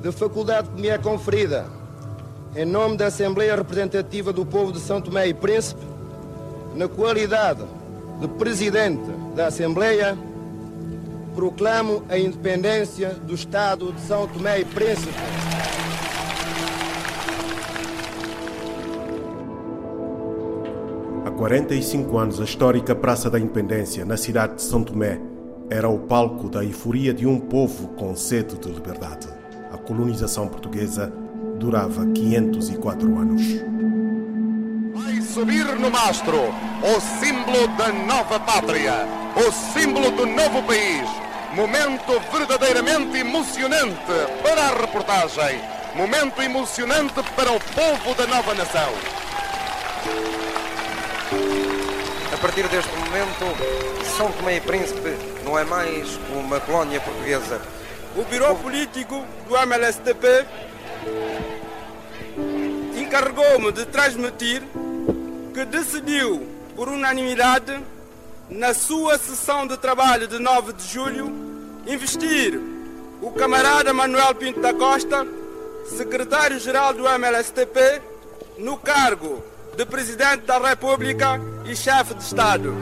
de faculdade que me é conferida, em nome da Assembleia Representativa do Povo de São Tomé e Príncipe, na qualidade de Presidente da Assembleia, proclamo a independência do Estado de São Tomé e Príncipe. Há 45 anos, a histórica Praça da Independência, na cidade de São Tomé, era o palco da euforia de um povo com sede de liberdade. A colonização portuguesa durava 504 anos. Vai subir no mastro o símbolo da nova pátria, o símbolo do novo país. Momento verdadeiramente emocionante para a reportagem. Momento emocionante para o povo da nova nação. A partir deste momento, São Tomé e Príncipe não é mais uma colónia portuguesa. O Biro Político do MLSTP encarregou-me de transmitir que decidiu, por unanimidade, na sua sessão de trabalho de 9 de julho, investir o camarada Manuel Pinto da Costa, secretário-geral do MLSTP, no cargo de Presidente da República e Chefe de Estado.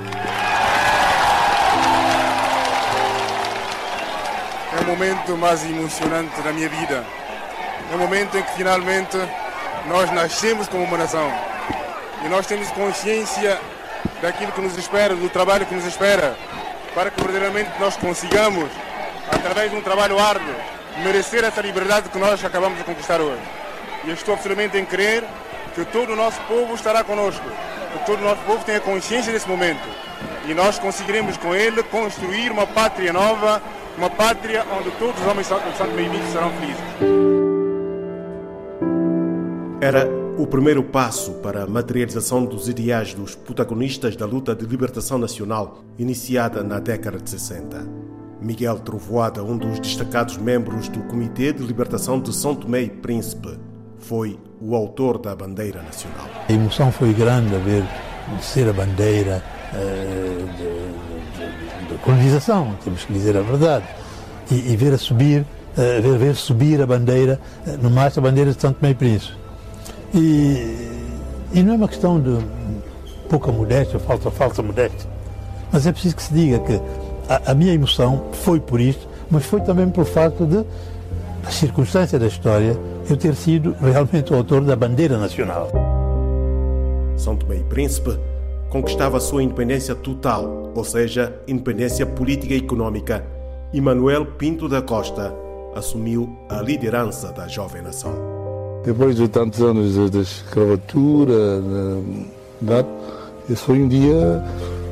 É o momento mais emocionante da minha vida. É o momento em que finalmente nós nascemos como uma nação. E nós temos consciência daquilo que nos espera, do trabalho que nos espera, para que verdadeiramente nós consigamos, através de um trabalho árduo, merecer essa liberdade que nós acabamos de conquistar hoje. E eu estou absolutamente em crer que todo o nosso povo estará conosco, que todo o nosso povo tenha consciência desse momento. E nós conseguiremos com ele construir uma pátria nova, uma pátria onde todos os homens de São Tomé e Príncipe serão felizes. Era o primeiro passo para a materialização dos ideais dos protagonistas da luta de libertação nacional, iniciada na década de 60. Miguel Trovoada, um dos destacados membros do Comitê de Libertação de São Tomé e Príncipe, foi o autor da bandeira nacional. A emoção foi grande a ver ser a bandeira da colonização, temos que dizer a verdade, e ver subir a bandeira, no mais a bandeira de São Tomé e Príncipe. E não é uma questão de pouca modéstia, falsa modéstia, mas é preciso que se diga que a minha emoção foi por isto, mas foi também pelo facto de, a circunstância da história, eu ter sido realmente o autor da bandeira nacional. São Tomé e Príncipe conquistava a sua independência total, ou seja, independência política e econômica, e Manuel Pinto da Costa assumiu a liderança da jovem nação. Depois de tantos anos de escravatura, esse foi um dia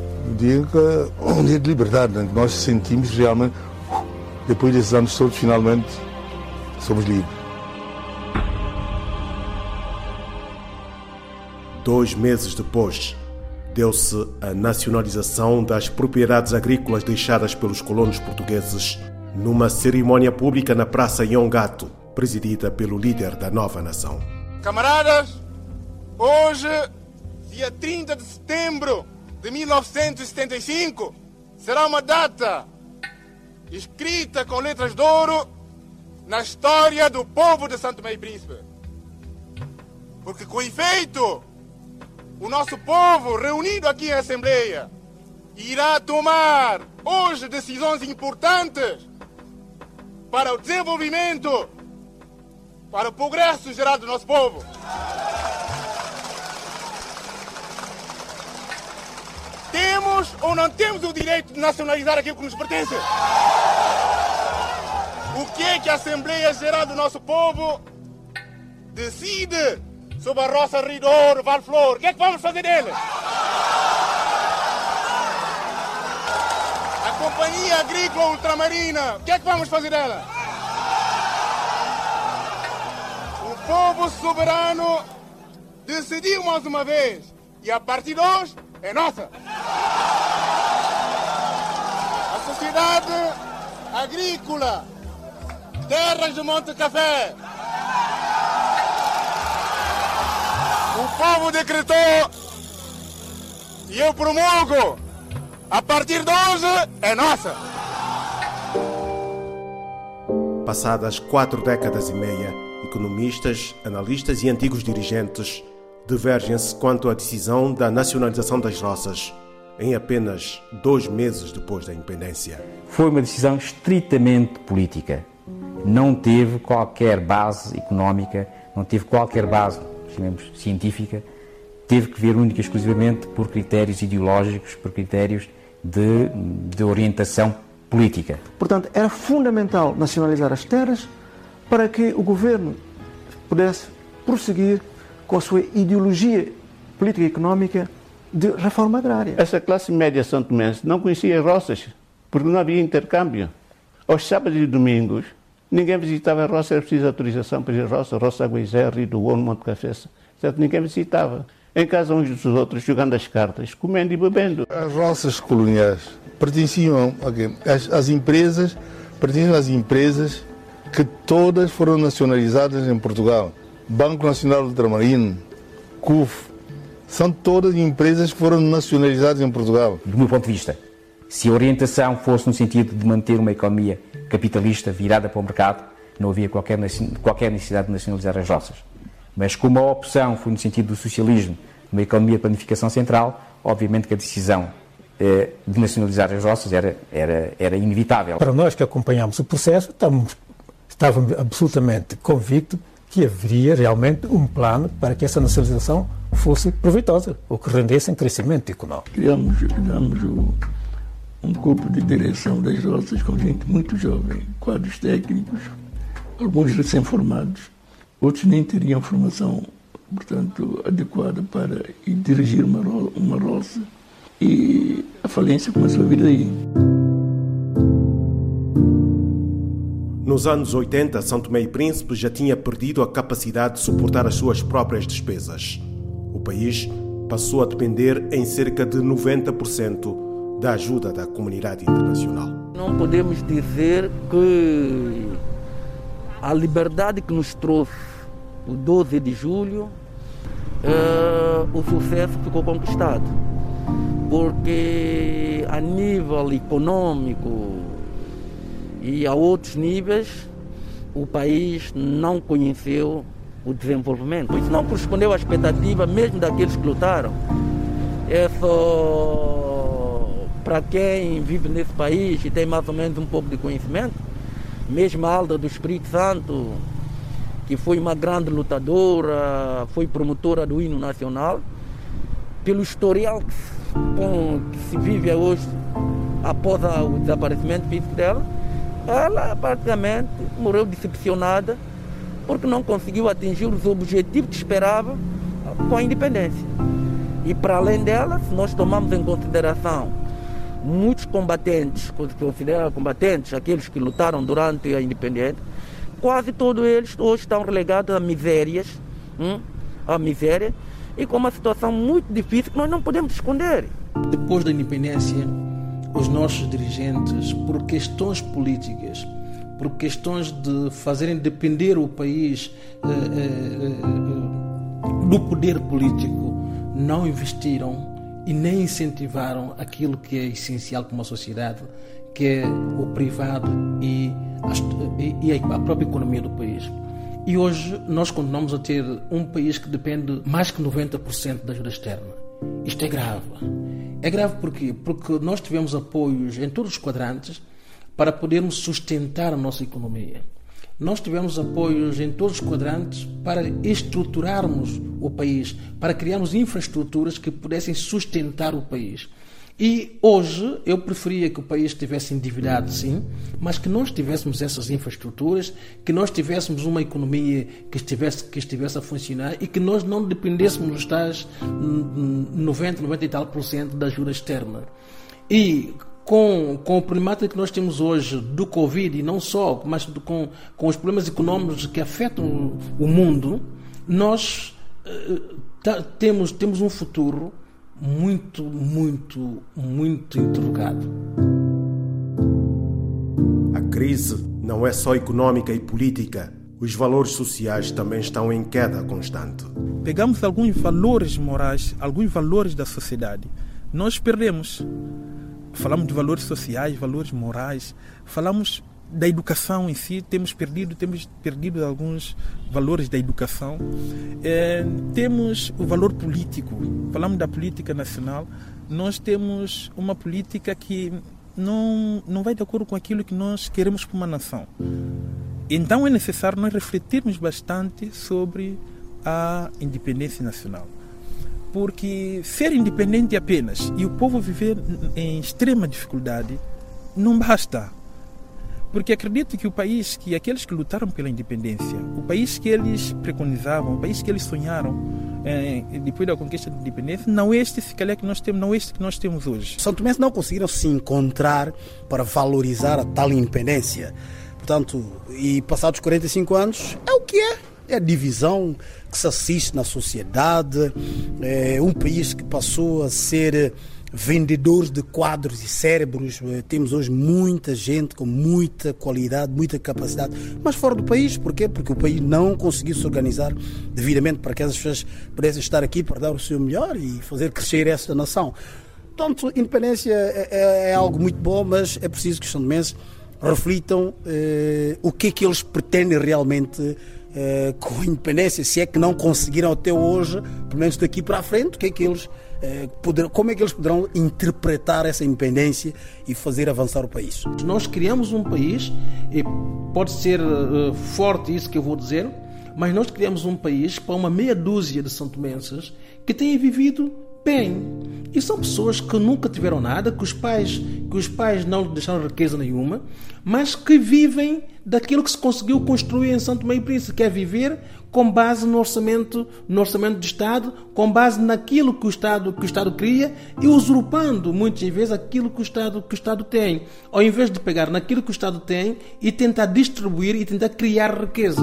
de liberdade, né? Nós sentimos realmente, depois desses anos todos, finalmente somos livres. 2 meses depois, deu-se a nacionalização das propriedades agrícolas deixadas pelos colonos portugueses numa cerimónia pública na Praça Yongato, presidida pelo líder da nova nação. Camaradas, hoje, dia 30 de setembro de 1975, será uma data escrita com letras de ouro na história do povo de São Tomé e Príncipe. Porque, com efeito, o nosso povo, reunido aqui em Assembleia, irá tomar hoje decisões importantes para o desenvolvimento, para o progresso geral do nosso povo. Temos ou não temos o direito de nacionalizar aquilo que nos pertence? O que é que a Assembleia Geral do nosso povo decide sobre a roça Rio Douro, Val Flor? O que é que vamos fazer dele? A Companhia Agrícola Ultramarina, o que é que vamos fazer dela? O povo soberano decidiu mais uma vez, e a partir de hoje é nossa. A Sociedade Agrícola Terras de Monte Café, o povo decretou e eu promulgo, a partir de hoje é nossa. Passadas 4 décadas e meia, economistas, analistas e antigos dirigentes divergem-se quanto à decisão da nacionalização das roças em apenas 2 meses depois da independência. Foi uma decisão estritamente política. Não teve qualquer base económica, não teve qualquer base, chamemos, científica. Teve que ver única e exclusivamente por critérios ideológicos, por critérios de orientação política. Portanto, era fundamental nacionalizar as terras para que o governo pudesse prosseguir com a sua ideologia política e económica de reforma agrária. Essa classe média santomense não conhecia roças, porque não havia intercâmbio. Aos sábados e domingos, ninguém visitava a roça, era preciso autorização para ir à roça Aguizé, Rio do Ono, Monte Cafés. Certo? Ninguém visitava. Em casa uns dos outros, jogando as cartas, comendo e bebendo. As roças coloniais pertenciam às empresas, que todas foram nacionalizadas em Portugal. Banco Nacional Ultramarino, CUF, são todas empresas que foram nacionalizadas em Portugal. Do meu ponto de vista, se a orientação fosse no sentido de manter uma economia capitalista virada para o mercado, não havia qualquer necessidade de nacionalizar as roças. Mas como a opção foi no sentido do socialismo, uma economia de planificação central, obviamente que a decisão de nacionalizar as roças era inevitável. Para nós que acompanhamos o processo, estávamos absolutamente convictos que haveria realmente um plano para que essa nacionalização fosse proveitosa, ou que rendesse em crescimento econômico. Criamos um corpo de direção das roças com gente muito jovem, quadros técnicos, alguns recém-formados, outros nem teriam formação, portanto, adequada para dirigir uma roça, e a falência começou a vir daí. Nos anos 80, São Tomé e Príncipe já tinha perdido a capacidade de suportar as suas próprias despesas. O país passou a depender em cerca de 90% da ajuda da comunidade internacional. Não podemos dizer que a liberdade que nos trouxe o 12 de julho, o sucesso ficou conquistado. Porque a nível econômico e a outros níveis, o país não conheceu o desenvolvimento. Isso não correspondeu à expectativa mesmo daqueles que lutaram. É só para quem vive nesse país e tem mais ou menos um pouco de conhecimento, mesmo a Alda do Espírito Santo, que foi uma grande lutadora, foi promotora do hino nacional, pelo historial que se vive hoje após o desaparecimento físico dela, ela praticamente morreu decepcionada porque não conseguiu atingir os objetivos que esperava com a independência. E para além dela, se nós tomamos em consideração muitos combatentes, considerados combatentes, aqueles que lutaram durante a independência, quase todos eles hoje estão relegados a misérias, a miséria, e com uma situação muito difícil que nós não podemos esconder. Depois da independência, os nossos dirigentes, por questões políticas, por questões de fazerem depender o país do poder político, não investiram e nem incentivaram aquilo que é essencial para uma sociedade, que é o privado e a própria economia do país. E hoje nós continuamos a ter um país que depende mais que 90% da ajuda externa. Isto é grave. É grave porquê? Porque nós tivemos apoios em todos os quadrantes para podermos sustentar a nossa economia. Nós tivemos apoios em todos os quadrantes para estruturarmos o país, para criarmos infraestruturas que pudessem sustentar o país. E hoje eu preferia que o país estivesse endividado, sim, mas que nós tivéssemos essas infraestruturas, que nós tivéssemos uma economia que estivesse a funcionar e que nós não dependêssemos dos tais 90 e tal % da ajuda externa. E com o problemática que nós temos hoje do Covid, e não só, mas com os problemas econômicos que afetam o mundo, nós temos um futuro muito interrogado. A crise não é só econômica e política. Os valores sociais também estão em queda constante. Pegamos alguns valores morais, alguns valores da sociedade. Nós perdemos. Falamos de valores sociais, valores morais. Falamos da educação em si, temos perdido alguns valores da educação. Temos o valor político. Falamos da política nacional. Nós temos uma política que não vai de acordo com aquilo que nós queremos para uma nação. Então é necessário nós refletirmos bastante sobre a independência nacional. Porque ser independente apenas e o povo viver em extrema dificuldade não basta. Porque acredito que aqueles que lutaram pela independência, o país que eles preconizavam, o país que eles sonharam depois da conquista da independência, não é este, se calhar, que nós temos, não é este que nós temos hoje. São Tomenses não conseguiram se encontrar para valorizar a tal independência. Portanto, e passados 45 anos, é o que é. É a divisão que se assiste na sociedade, é um país que passou a ser vendedores de quadros e cérebros. Temos hoje muita gente com muita qualidade, muita capacidade, mas fora do país. Porquê? Porque o país não conseguiu se organizar devidamente para que essas pessoas pudessem estar aqui para dar o seu melhor e fazer crescer essa nação. Portanto, a independência é algo muito bom, mas é preciso que os santomenses reflitam o que é que eles pretendem realmente com a independência, se é que não conseguiram até hoje, pelo menos daqui para a frente, como é que eles poderão interpretar essa independência e fazer avançar o país. Nós criamos um país, e pode ser forte isso que eu vou dizer, mas nós criamos um país para uma meia dúzia de santomenses que têm vivido bem. E são pessoas que nunca tiveram nada, que os pais não lhes deixaram riqueza nenhuma, mas que vivem daquilo que se conseguiu construir em São Tomé e Príncipe, que é viver com base no orçamento do Estado, com base naquilo que o Estado cria e usurpando muitas vezes aquilo que o Estado tem, ao invés de pegar naquilo que o Estado tem e tentar distribuir e tentar criar riqueza.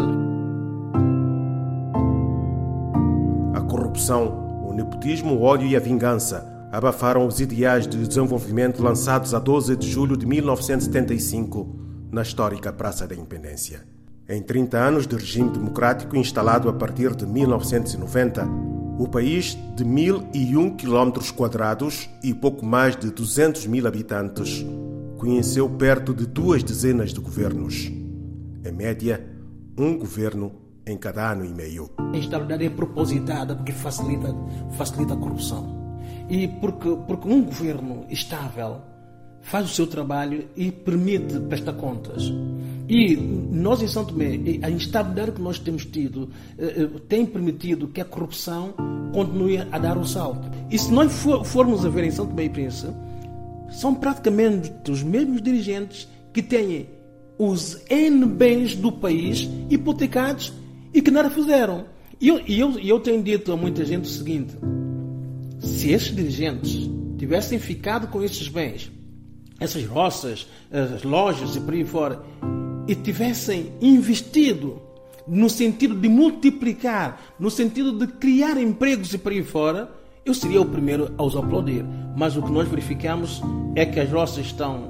A corrupção, o nepotismo, o ódio e a vingança abafaram os ideais de desenvolvimento lançados a 12 de julho de 1975 na histórica Praça da Independência. Em 30 anos de regime democrático instalado a partir de 1990, o país de 1.001 km² e pouco mais de 200 mil habitantes conheceu perto de 2 dezenas de governos. Em média, um governo em cada ano e meio. A instabilidade é propositada porque facilita a corrupção. E porque um governo estável faz o seu trabalho e permite prestar contas. E nós em São Tomé, a instabilidade que nós temos tido tem permitido que a corrupção continue a dar o salto. E se nós formos a ver em São Tomé e Príncipe, são praticamente os mesmos dirigentes que têm os N bens do país hipotecados e que nada fizeram. E eu tenho dito a muita gente o seguinte: se esses dirigentes tivessem ficado com esses bens, essas roças, as lojas e por aí fora, e tivessem investido no sentido de multiplicar, no sentido de criar empregos e por aí fora, eu seria o primeiro a os aplaudir. Mas o que nós verificamos é que as roças estão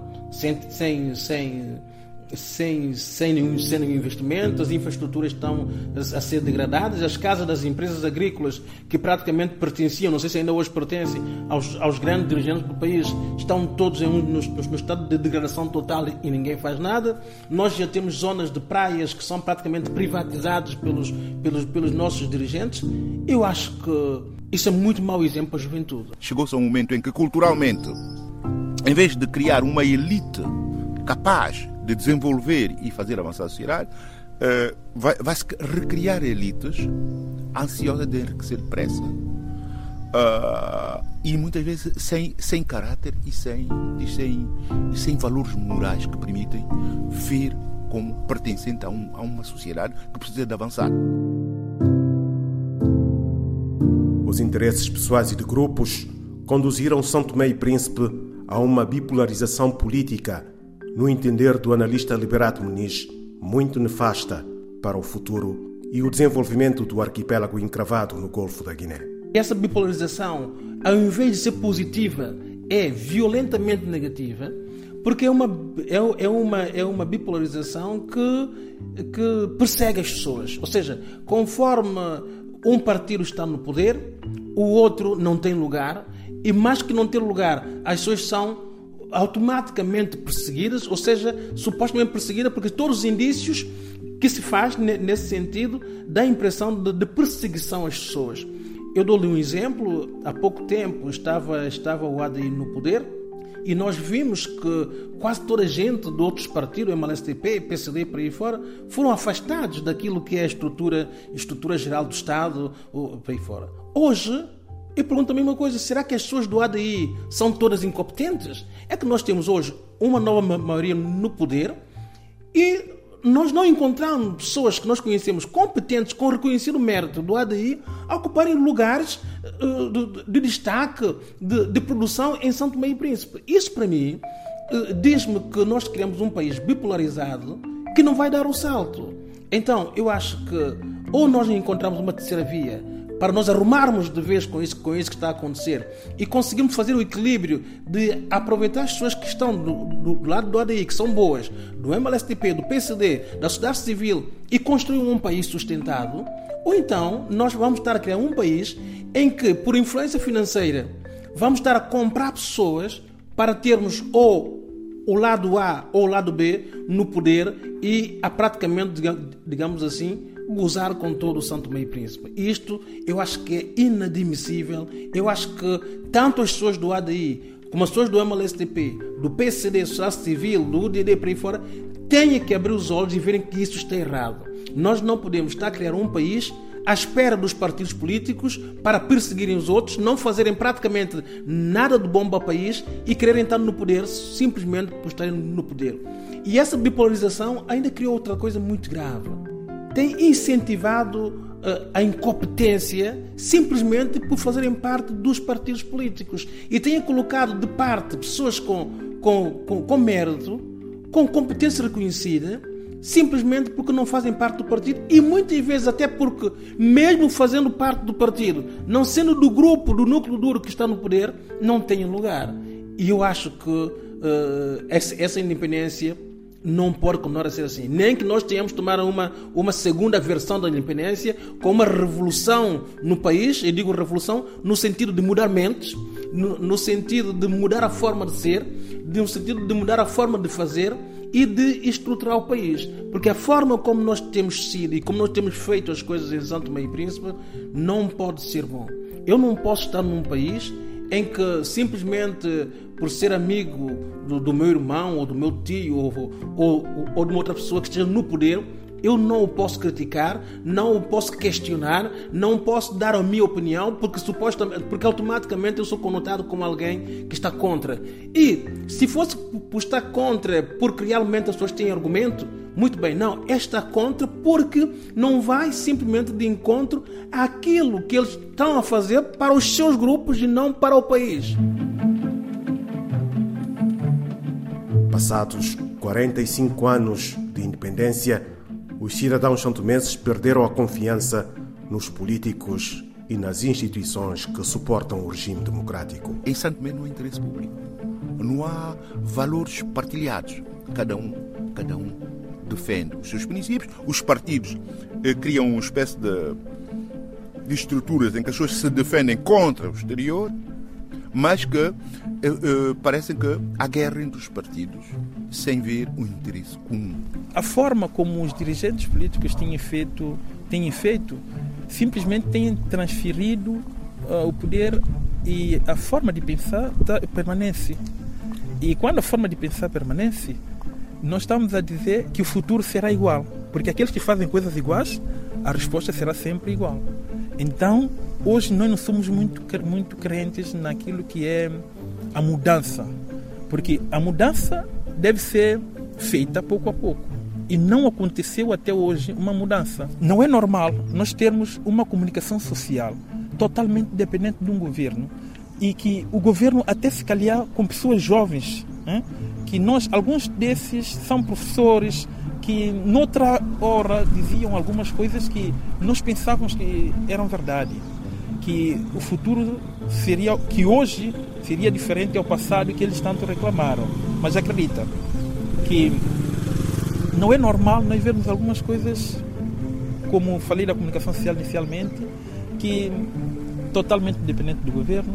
sem nenhum investimento, as infraestruturas estão a ser degradadas, as casas das empresas agrícolas que praticamente pertenciam, não sei se ainda hoje pertencem, aos grandes dirigentes do país, estão todos no estado de degradação total e ninguém faz nada. Nós já temos zonas de praias que são praticamente privatizadas pelos nossos dirigentes. Eu acho que isso é muito mau exemplo para a juventude. Chegou-se a um momento em que, culturalmente, em vez de criar uma elite capaz de desenvolver e fazer avançar a sociedade, vai-se recriar elites ansiosas de enriquecer depressa e muitas vezes sem caráter e sem valores morais que permitem ver como pertencente a uma sociedade que precisa de avançar. Os interesses pessoais e de grupos conduziram São Tomé e Príncipe a uma bipolarização política, no entender do analista Liberato Muniz, muito nefasta para o futuro e o desenvolvimento do arquipélago encravado no Golfo da Guiné. Essa bipolarização, ao invés de ser positiva, é violentamente negativa, porque é uma bipolarização que persegue as pessoas. Ou seja, conforme um partido está no poder, o outro não tem lugar, e mais que não ter lugar, as pessoas são automaticamente perseguidas, ou seja, supostamente perseguidas, porque todos os indícios que se faz nesse sentido dá a impressão de perseguição às pessoas. Eu dou-lhe um exemplo. Há pouco tempo estava o ADI no poder e nós vimos que quase toda a gente de outros partidos, MLSTP, PCD, por aí fora, foram afastados daquilo que é a estrutura geral do Estado, por aí fora. Hoje, eu pergunto também uma coisa: será que as pessoas do ADI são todas incompetentes? É que nós temos hoje uma nova maioria no poder e nós não encontramos pessoas que nós conhecemos competentes, com reconhecido mérito do ADI, a ocuparem lugares de destaque, de produção em São Tomé e Príncipe. Isso, para mim, diz-me que nós criamos um país bipolarizado que não vai dar o salto. Então, eu acho que ou nós encontramos uma terceira via para nós arrumarmos de vez com isso que está a acontecer e conseguirmos fazer o equilíbrio de aproveitar as pessoas que estão do lado do ADI, que são boas, do MLSTP, do PCD, da sociedade civil, e construir um país sustentado, ou então nós vamos estar a criar um país em que, por influência financeira, vamos estar a comprar pessoas para termos ou o lado A ou o lado B no poder e a praticamente, digamos assim, gozar com todo o São Tomé e Príncipe. Isto eu acho que é inadmissível. Eu acho que tanto as pessoas do ADI como as pessoas do MLSTP, do PCD, Sociedade Civil, do UDD, por aí fora, têm que abrir os olhos e verem que isso está errado. Nós não podemos estar a criar um país à espera dos partidos políticos para perseguirem os outros, não fazerem praticamente nada de bom para o país e quererem estar no poder simplesmente por estarem no poder. E essa bipolarização ainda criou outra coisa muito grave. Tem incentivado a incompetência simplesmente por fazerem parte dos partidos políticos e tem colocado de parte pessoas com mérito, com competência reconhecida, simplesmente porque não fazem parte do partido e muitas vezes até porque, mesmo fazendo parte do partido, não sendo do grupo, do núcleo duro que está no poder, não têm lugar. E eu acho que essa independência não pode continuar a ser assim. Nem que nós tenhamos de tomar uma segunda versão da independência com uma revolução no país. Eu digo revolução no sentido de mudar mentes, no sentido de mudar a forma de ser, no sentido de mudar a forma de fazer e de estruturar o país. Porque a forma como nós temos sido e como nós temos feito as coisas em São Tomé e Príncipe não pode ser bom. Eu não posso estar num país em que simplesmente por ser amigo do meu irmão ou do meu tio ou de uma outra pessoa que esteja no poder, eu não o posso criticar, não o posso questionar, não posso dar a minha opinião porque automaticamente eu sou conotado como alguém que está contra. E se fosse por estar contra porque realmente as pessoas têm argumento, muito bem, não, está contra porque não vai simplesmente de encontro àquilo que eles estão a fazer para os seus grupos e não para o país. Passados 45 anos de independência, os cidadãos santomenses perderam a confiança nos políticos e nas instituições que suportam o regime democrático. Em Santo Tomé não há interesse público. Não há valores partilhados. Cada um defende os seus princípios. Os partidos criam uma espécie de estruturas em que as pessoas se defendem contra o exterior, mas que parece que há guerra entre os partidos sem ver o interesse comum. A forma como os dirigentes políticos têm feito simplesmente têm transferido o poder e a forma de pensar permanece. E quando a forma de pensar permanece, nós estamos a dizer que o futuro será igual, porque aqueles que fazem coisas iguais, a resposta será sempre igual. Então, hoje nós não somos muito crentes naquilo que é a mudança, porque a mudança deve ser feita pouco a pouco. E não aconteceu até hoje uma mudança. Não é normal nós termos uma comunicação social totalmente dependente de um governo e que o governo até se calhar com pessoas jovens, que alguns desses são professores que noutra hora diziam algumas coisas que nós pensávamos que eram verdade, que o futuro que hoje seria diferente ao passado que eles tanto reclamaram. Mas acredita que não é normal nós vermos algumas coisas, como falei da comunicação social inicialmente, que totalmente dependente do governo,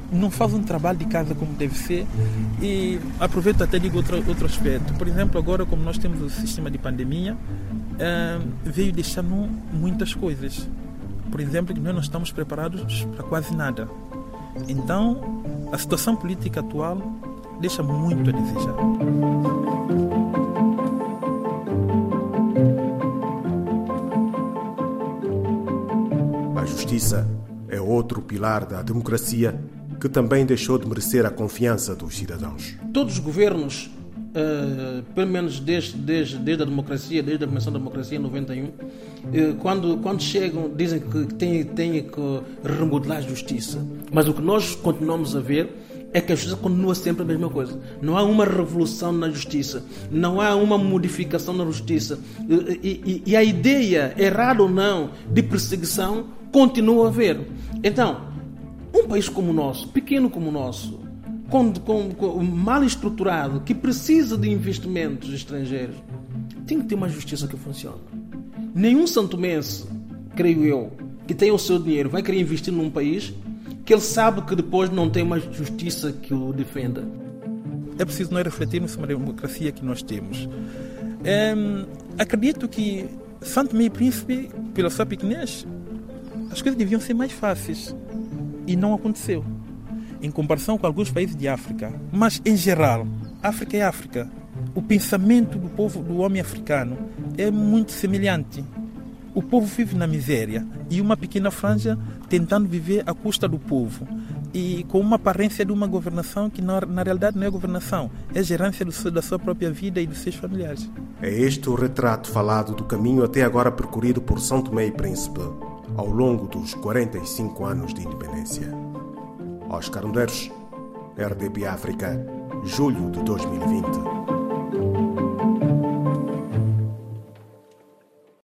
não faz um trabalho de casa como deve ser. E aproveito até digo outro aspecto. Por exemplo, agora como nós temos o sistema de pandemia, veio deixando muitas coisas. Por exemplo, que nós não estamos preparados para quase nada. Então, a situação política atual deixa muito a desejar. A justiça é outro pilar da democracia que também deixou de merecer a confiança dos cidadãos. Todos os governos, pelo menos desde a democracia, desde a convenção da democracia em 91, quando chegam dizem que têm que remodelar a justiça. Mas o que nós continuamos a ver é que a justiça continua sempre a mesma coisa. Não há uma revolução na justiça, não há uma modificação na justiça. E a ideia, errada ou não, de perseguição continua a haver. Então, um país como o nosso, pequeno como o nosso, mal estruturado, que precisa de investimentos estrangeiros, tem que ter uma justiça que funcione. Nenhum santomense, creio eu, que tem o seu dinheiro vai querer investir num país que ele sabe que depois não tem uma justiça que o defenda. É preciso nós refletirmos sobre a democracia que nós temos. Acredito que São Tomé e Príncipe, pela sua pequenez, as coisas deviam ser mais fáceis. E não aconteceu, em comparação com alguns países de África. Mas, em geral, África é África. O pensamento do povo, do homem africano, é muito semelhante. O povo vive na miséria e uma pequena franja tentando viver à custa do povo. E com uma aparência de uma governação que, na realidade, não é governação, é gerência da sua própria vida e dos seus familiares. É este o retrato falado do caminho até agora percorrido por São Tomé e Príncipe, ao longo dos 45 anos de independência. Oscar Medeiros, RDP África, julho de 2020.